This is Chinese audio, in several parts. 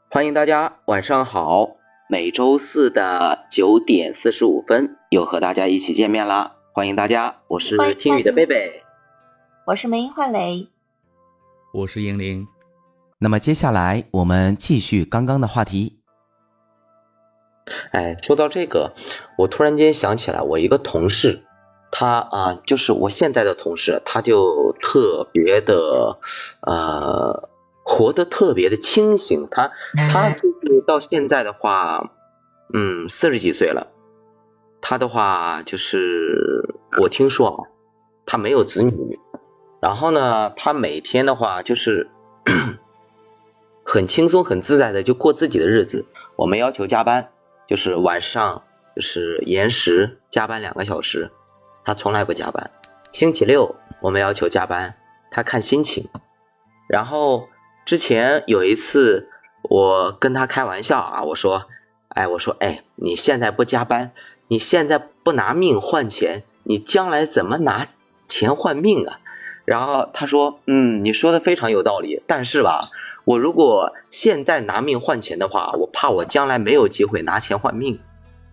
欢迎大家晚上好，每周四的9点45分又和大家一起见面啦，欢迎大家，我是听雨的贝贝， 我是梅英焕磊， 我是英玲。 那么接下来我们继续刚刚的话题。 说到这个，我突然间想起来，我一个同事，他就是我现在的同事，他就特别的活得特别的清醒，他就是到现在的话40几岁了，他的话就是我听说他没有子女，然后呢他每天的话就是很轻松很自在的就过自己的日子，我们要求加班，就是晚上就是延时加班2个小时，他从来不加班，星期六我们要求加班，他看心情。然后之前有一次我跟他开玩笑我说你现在不加班，你现在不拿命换钱，你将来怎么拿钱换命啊？然后他说你说的非常有道理，但是吧，我如果现在拿命换钱的话，我怕我将来没有机会拿钱换命。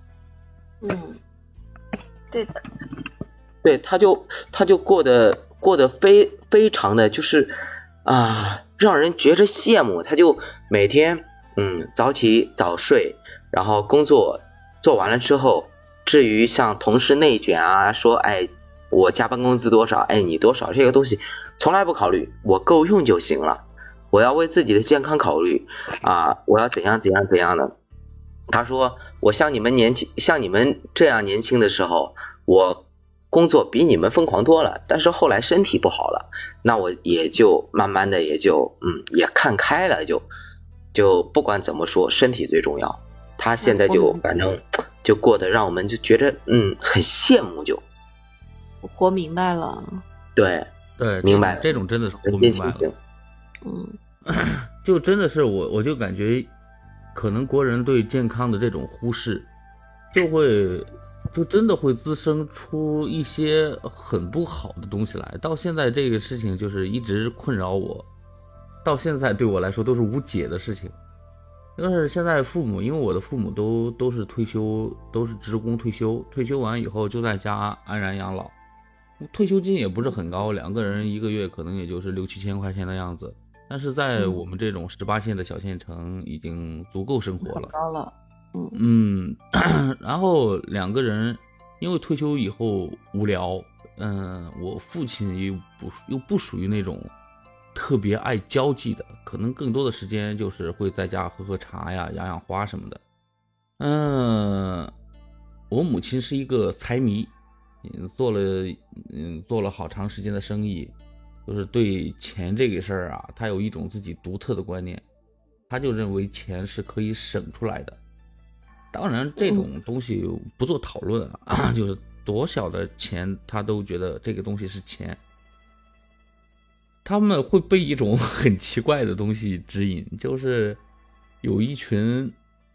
对的， 对，他就过得非常的就是让人觉着羡慕，他就每天早起早睡，然后工作做完了之后，至于像同事内卷说我加班工资多少，你多少，这个东西从来不考虑，我够用就行了，我要为自己的健康考虑我要怎样的。他说我像你们这样年轻的时候，我工作比你们疯狂多了，但是后来身体不好了，那我也就慢慢的也就也看开了，就不管怎么说身体最重要。他现在就反正就过得让我们就觉得很羡慕，就活明白了。 对，明白了， 这种真的是活明白了。就真的是我就感觉可能国人对健康的这种忽视，就真的会滋生出一些很不好的东西来。到现在这个事情就是一直困扰我，到现在对我来说都是无解的事情。就是现在父母，因为我的父母都是退休，都是职工退休完以后就在家安然养老，退休金也不是很高，2个人1个月可能也就是6-7千块钱的样子，但是在我们这种18线的小县城已经足够生活了， 高了。 然后2个人因为退休以后无聊，我父亲又不属于那种特别爱交际的，可能更多的时间就是会在家喝喝茶呀，养花什么的。我母亲是一个财迷，做了好长时间的生意，就是对钱这个事儿他有一种自己独特的观念，他就认为钱是可以省出来的。当然这种东西不做讨论就是多小的钱他都觉得这个东西是钱。他们会被一种很奇怪的东西指引，就是有一群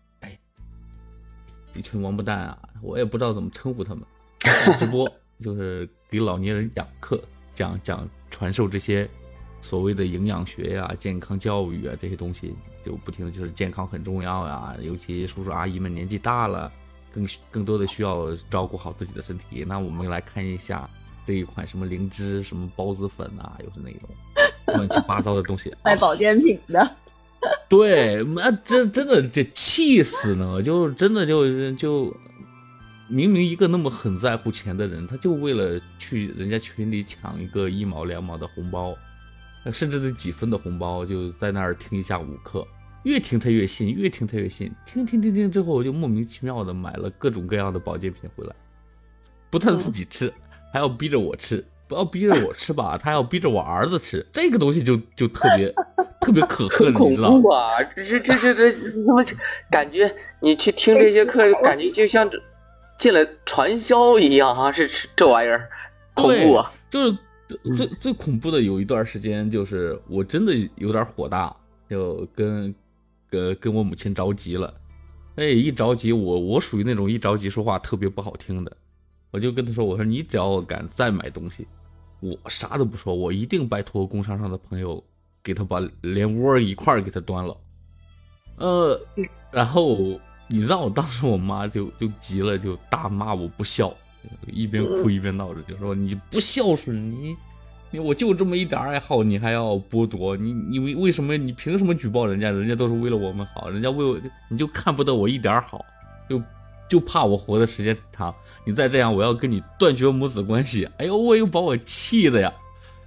王八蛋我也不知道怎么称呼他们，直播就是给老年人讲课，讲传授这些所谓的营养学呀、健康教育这些东西，就不停的就是健康很重要尤其叔叔阿姨们年纪大了，更多的需要照顾好自己的身体。那我们来看一下这一款什么灵芝什么孢子粉又是那种乱七八糟的东西卖保健品的。 对，这真的这气死呢，就真的就明明一个那么很在乎钱的人，他就为了去人家群里抢一个1毛2毛的红包，甚至是几分的红包，就在那儿听一下午课，越听他越信，听之后就莫名其妙的买了各种各样的保健品回来，不但自己吃，还要逼着我吃，不要逼着我吃吧，他要逼着我儿子吃，这个东西就特别可恨，你知道吗？ 这怎么感觉你去听这些课，感觉就像进了传销一样是这玩意儿恐怖啊！ 就是最恐怖的有一段时间，就是我真的有点火大，就跟我母亲着急了。一着急我属于那种一着急说话特别不好听的，我就跟他说，我说你只要敢再买东西，我啥都不说，我一定拜托工商上的朋友给他把连窝一块给他端了。 然后你知道我当时我妈就急了，就大骂我不孝，一边哭一边闹着，就说你不孝顺，你我就这么一点爱好，你还要剥夺，你为什么你凭什么举报人家？人家都是为了我们好，人家为我你就看不得我一点好，就怕我活的时间长，你再这样我要跟你断绝母子关系。哎呦，我又把我气的呀！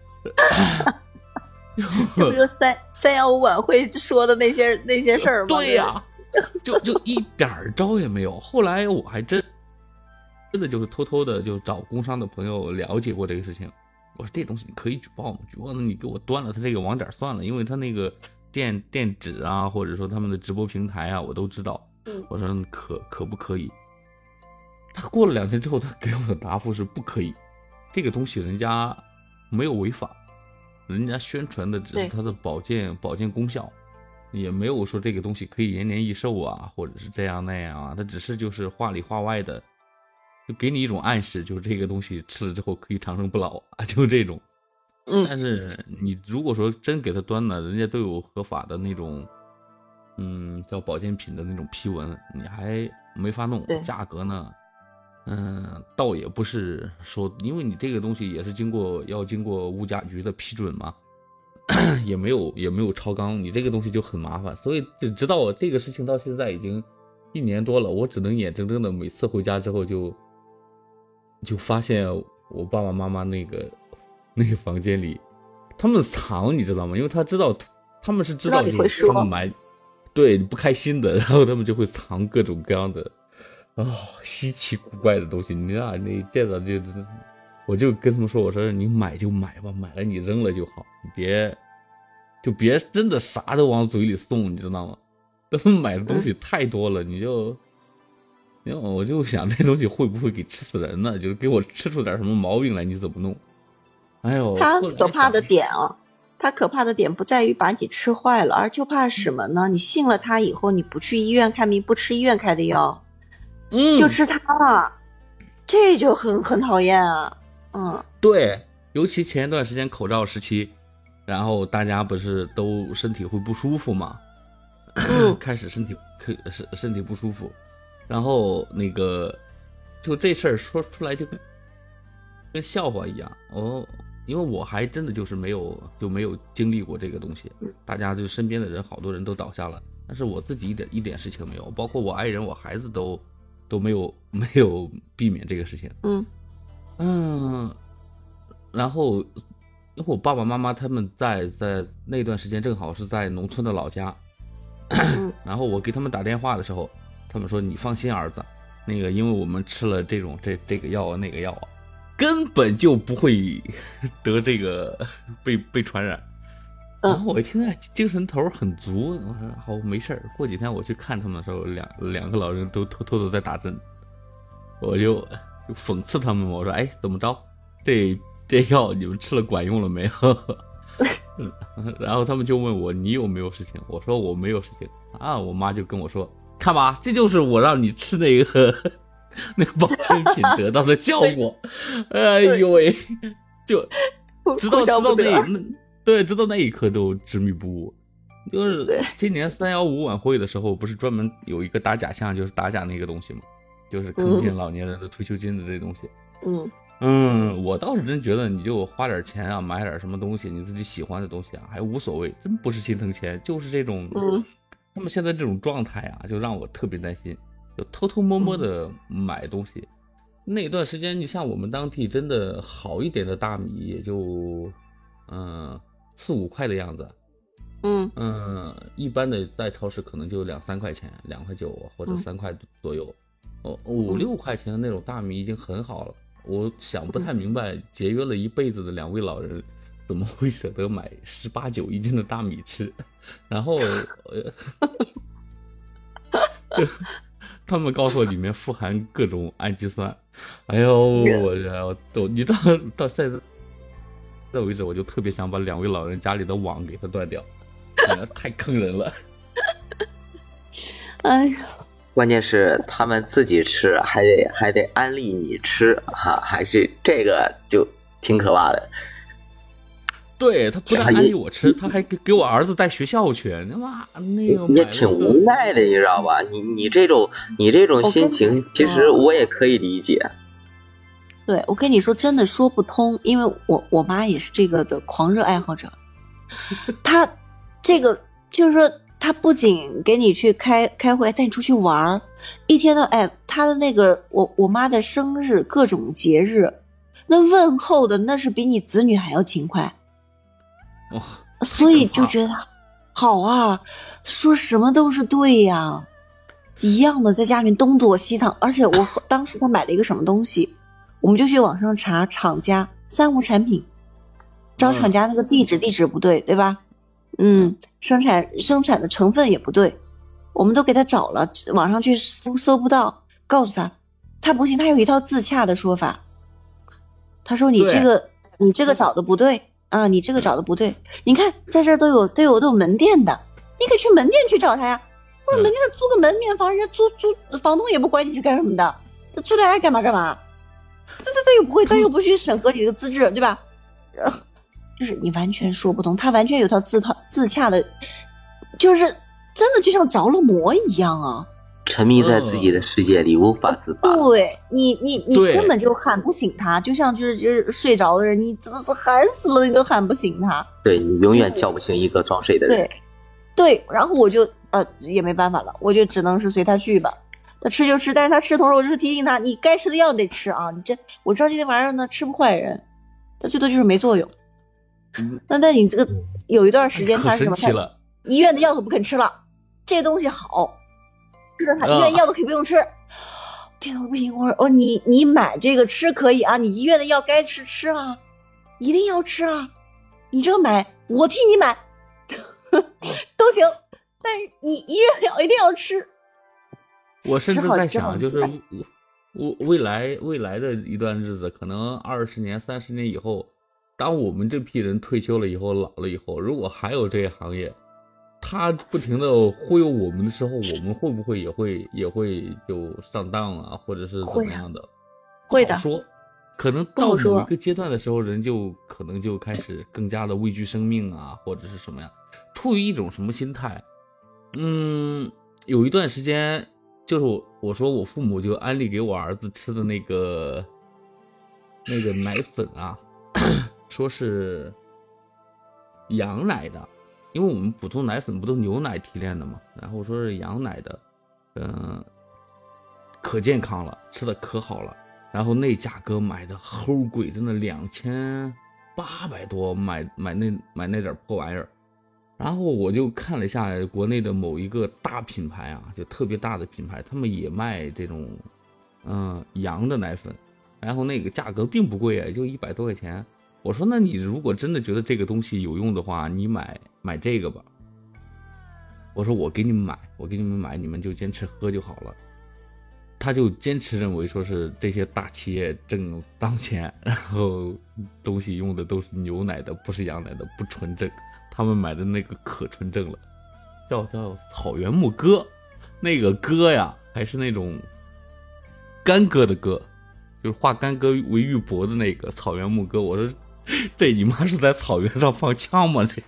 这不就315晚会说的那些事儿吗？ 对呀，就一点招也没有。后来我还真的就是偷偷的就找工商的朋友了解过这个事情。我说这东西你可以举报吗？举报那你给我端了他这个网点算了，因为他那个电纸啊，或者说他们的直播平台啊，我都知道。我说可不可以？他过了2天之后，他给我的答复是不可以。这个东西人家没有违法，人家宣传的只是它的保健功效，也没有说这个东西可以延年益寿啊，或者是这样那样啊，他只是就是话里话外的，就给你一种暗示，就是这个东西吃了之后可以长生不老啊，就这种。但是你如果说真给他端了，人家都有合法的那种叫保健品的那种批文，你还没法弄，价格呢倒也不是说，因为你这个东西也是要经过物价局的批准嘛，也没有超纲，你这个东西就很麻烦。所以就直到我这个事情到现在已经1年多了，我只能眼睁睁的每次回家之后就发现我爸爸妈妈那个房间里他们藏，你知道吗？因为他们是知道就是他们买对不开心的，然后他们就会藏各种各样的稀奇古怪的东西。你那见到我就跟他们说，我说你买就买吧，买了你扔了就好，别真的啥都往嘴里送，你知道吗？他们买的东西太多了，我就想这东西会不会给吃死人呢？就是给我吃出点什么毛病来，你怎么弄？哎呦， 他可怕的点他可怕的点不在于把你吃坏了，而就怕什么呢？你信了他以后，你不去医院看病，不吃医院开的药，就吃他了，这就很讨厌啊。 对，尤其前一段时间口罩时期，然后大家不是都身体会不舒服嘛，开始身体不舒服，然后那个就这事儿说出来就跟笑话一样因为我还真的就是没有经历过这个东西，大家就身边的人好多人都倒下了，但是我自己一点事情没有，包括我爱人我孩子都没有避免这个事情。然后因为我爸爸妈妈他们在那段时间正好是在农村的老家，然后我给他们打电话的时候，他们说你放心儿子，那个因为我们吃了这个药啊那个药啊，根本就不会得这个被传染。然后我一听精神头很足，我说好没事，过几天我去看他们的时候，两个老人都偷偷的在打针，我就讽刺他们，我说哎怎么着，这药你们吃了管用了没有？然后他们就问我你有没有事情，我说我没有事情啊。我妈就跟我说看吧，这就是我让你吃那个保健品得到的效果。哎呦喂，就直到那一刻都执迷不悟。就是今年315晚会的时候，不是专门有一个打假象，就是打假那个东西嘛，就是坑骗老年人的退休金的这东西。我倒是真觉得你就花点钱啊，买点什么东西你自己喜欢的东西啊，还无所谓，真不是心疼钱，就是这种他们现在这种状态啊，就让我特别担心，就偷偷摸摸的买东西。那段时间你像我们当地真的好一点的大米也就4-5块的样子，一般的在超市可能就2-3块钱，2块9或者3块左右，5-6块钱的那种大米已经很好了。我想不太明白，节约了一辈子的2位老人怎么会舍得买18-9一斤的大米吃？然后他们告诉我里面富含各种氨基酸。哎呦，你到现在为止，我就特别想把2位老人家里的网给他断掉，太坑人了。 哎呀， 关键是他们自己吃还得安利你吃哈，还是这个就挺可怕的。 对，他不但安利我吃，他还给我儿子带学校去。妈，那个也挺无奈的，你知道吧？你这种心情，其实我也可以理解。 对，我跟你说，真的说不通，因为我妈也是这个的狂热爱好者。她这个就是说，她不仅给你去开会，带你出去玩，一天的她的那个我妈的生日各种节日，那问候的那是比你子女还要勤快。所以就觉得好啊，说什么都是对呀，一样的在家里面东躲西藏。而且我当时她买了一个什么东西，我们就去网上查厂家三无产品，找厂家那个地址不对，对吧？生产的成分也不对，我们都给他找了，网上去搜不到，告诉他不行，他有一套自洽的说法。他说你这个找的不对啊，你这个找的不对。你看在这儿都有门店的，你可以去门店去找他呀。或者门店租个门面房，人家租房东也不管你是干什么的，他租来爱干嘛干嘛。他又不去审核你的资质，对吧？就是你完全说不通，他完全有套自洽的，就是真的就像着了魔一样啊， 沉迷在自己的世界里无法自拔。 对你根本就喊不醒他，就像就是睡着的人，你怎么是喊死了你都喊不醒他。 对，你永远叫不醒一个装睡的人。 对，然后我就也没办法了，我就只能是随他去吧。他吃就吃，但是他吃同时我就是提醒他，你该吃的药得吃啊！我知道这些玩意儿呢吃不坏人，他最多就是没作用。那你这个有一段时间他是什么？医院的药都不肯吃了，这东西好，吃了他医院药都可以不用吃。天哪，不行！我说你买这个吃可以啊，你医院的药该吃啊，一定要吃啊！你这个买我替你买都行，但是你医院的药一定要吃。 我甚至在想，就是我未来的一段日子，可能20年、30年以后，当我们这批人退休了以后、老了以后，如果还有这个行业，他不停的忽悠我们的时候，我们会不会也会就上当啊，或者是怎么样的？ 会的。 说，可能到某一个阶段的时候，人就可能就开始更加的畏惧生命啊，或者是什么呀？处于一种什么心态？有一段时间。就是我说我父母就安利给我儿子吃的那个奶粉啊，说是羊奶的，因为我们普通奶粉不都牛奶提炼的嘛，然后说是羊奶的，可健康了，吃的可好了，然后那价格买的齁贵，真的2800多买那点破玩意儿。然后我就看了一下国内的某一个大品牌啊，就特别大的品牌，他们也卖这种羊的奶粉，然后那个价格并不贵啊，就100多块钱。我说那你如果真的觉得这个东西有用的话，你买这个吧。我说我给你们买，你们就坚持喝就好了。他就坚持认为说是这些大企业挣当钱，然后东西用的都是牛奶的，不是羊奶的，不纯正。他们买的那个可纯正了，叫草原牧歌，那个歌呀还是那种干戈的戈，就是化干戈为玉帛的那个草原牧歌。我说这你妈是在草原上放枪吗？这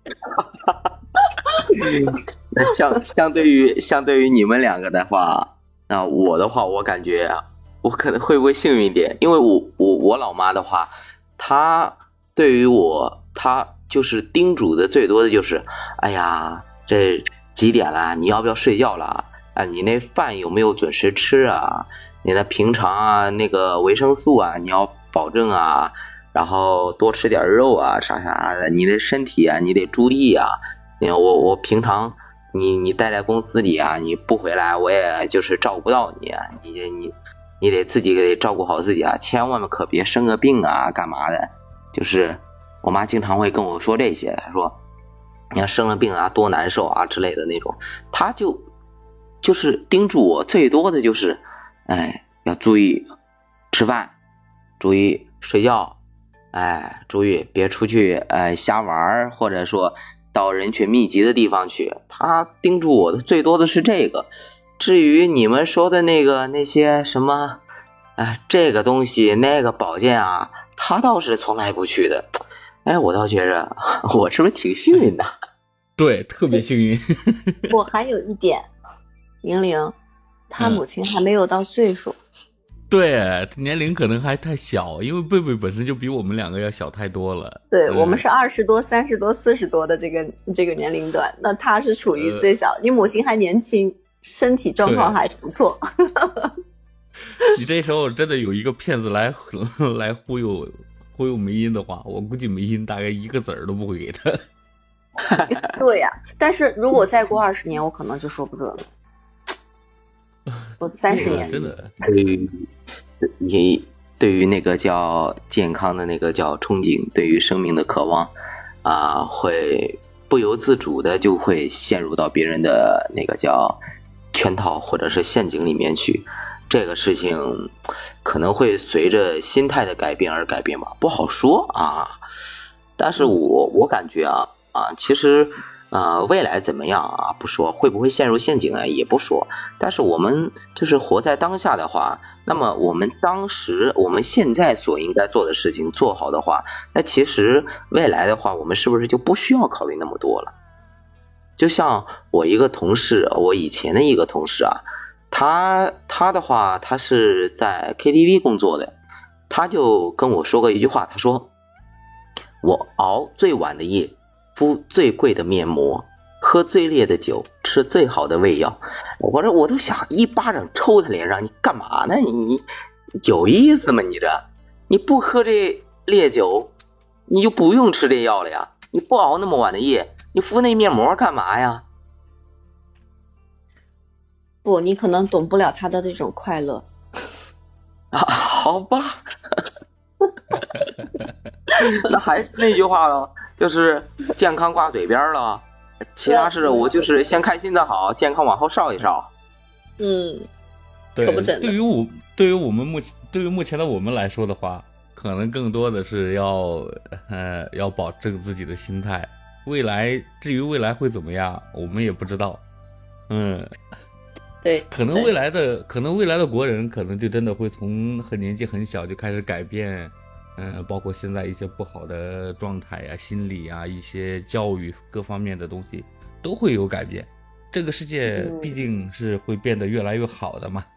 那相对于你们两个的话，那我的话，我感觉我可能会不会幸运一点，因为我老妈的话，她对于我，她就是叮嘱的最多的就是，哎呀，这几点了？你要不要睡觉了？啊，你那饭有没有准时吃啊？你的平常啊那个维生素啊，你要保证啊，然后多吃点肉啊，啥的，你的身体啊，你得注意啊。我平常你待在公司里啊，你不回来，我也就是照顾不到你啊，你得自己得照顾好自己啊，千万可别生个病啊，干嘛的？就是我妈经常会跟我说这些，她说你要生了病啊多难受啊之类的那种，她就是叮嘱我最多的就是，要注意吃饭，注意睡觉，注意别出去瞎玩，或者说到人群密集的地方去。她叮嘱我的最多的是这个。至于你们说的那些什么，这个东西那个保健啊，她倒是从来不去的。 哎，我倒觉着我是不是挺幸运的？ 对，特别幸运。 我还有一点，玲玲，他母亲还没有到岁数。 对，年龄可能还太小，因为贝贝本身就比我们两个要小太多了。 对，我们是20多、30多、40多的这个年龄段，那他是处于最小。你母亲还年轻，身体状况还不错。 你这时候真的有一个骗子来忽悠梅英的话，我估计梅英大概一个子儿都不会给他。 对呀，但是如果再过20年，我可能就说不准了。我30年真的。 对于那个叫健康的那个叫憧憬，对于生命的渴望啊，会不由自主的就会陷入到别人的那个叫圈套或者是陷阱里面去。这个事情可能会随着心态的改变而改变吧，不好说啊。但是我感觉其实未来怎么样啊不说，会不会陷入陷阱啊也不说，但是我们就是活在当下的话，那么我们现在所应该做的事情做好的话，那其实未来的话我们是不是就不需要考虑那么多了？就像我一个同事，我以前的一个同事啊，他的话他是在 KTV 工作的，他就跟我说过一句话，他说我熬最晚的夜，敷最贵的面膜，喝最烈的酒，吃最好的胃药。我都想一巴掌抽他脸上，你干嘛呢？你有意思吗？你这你不喝这烈酒，你就不用吃这药了呀。你不熬那么晚的夜，你敷那面膜干嘛呀？ 不，你可能懂不了他的这种快乐。 好吧。那还是那句话了，就是健康挂嘴边了，其他事我就是先开心的好，健康往后稍一稍。 对， 可不真的。 对于目前的我们来说的话，可能更多的是要保证自己的心态。至于未来会怎么样，我们也不知道。 对， 可能未来的国人可能就真的会从年纪很小就开始改变。包括现在一些不好的状态啊、心理啊、一些教育各方面的东西都会有改变。这个世界毕竟是会变得越来越好的嘛。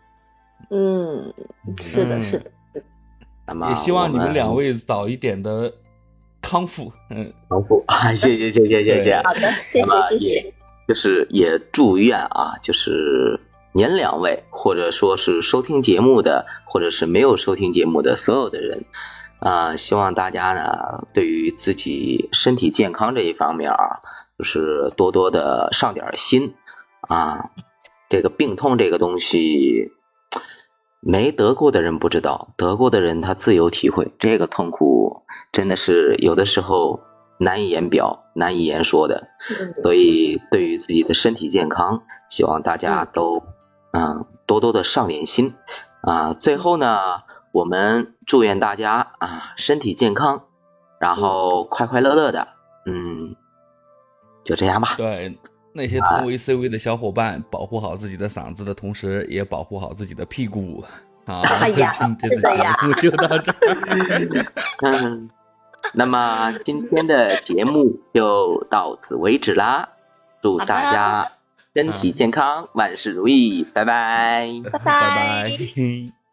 是的，是的。 那么也希望你们两位早一点的康复。 康复啊！谢谢。 好的，谢谢。 就是也祝愿就是您两位，或者说是收听节目的，或者是没有收听节目的所有的人。希望大家呢，对于自己身体健康这一方面就是多多的上点心这个病痛这个东西，没得过的人不知道，得过的人他自有体会。这个痛苦真的是有的时候难以言表、难以言说的。所以对于自己的身体健康，希望大家都多多的上点心最后呢，我们祝愿大家身体健康，然后快快乐乐的。就这样吧。 对，那些同为 CV 的小伙伴，保护好自己的嗓子的同时，也保护好自己的屁股哎呀， 今天的节目就到这儿。那么今天的节目就到此为止啦，祝大家身体健康，万事如意，拜拜。 拜拜。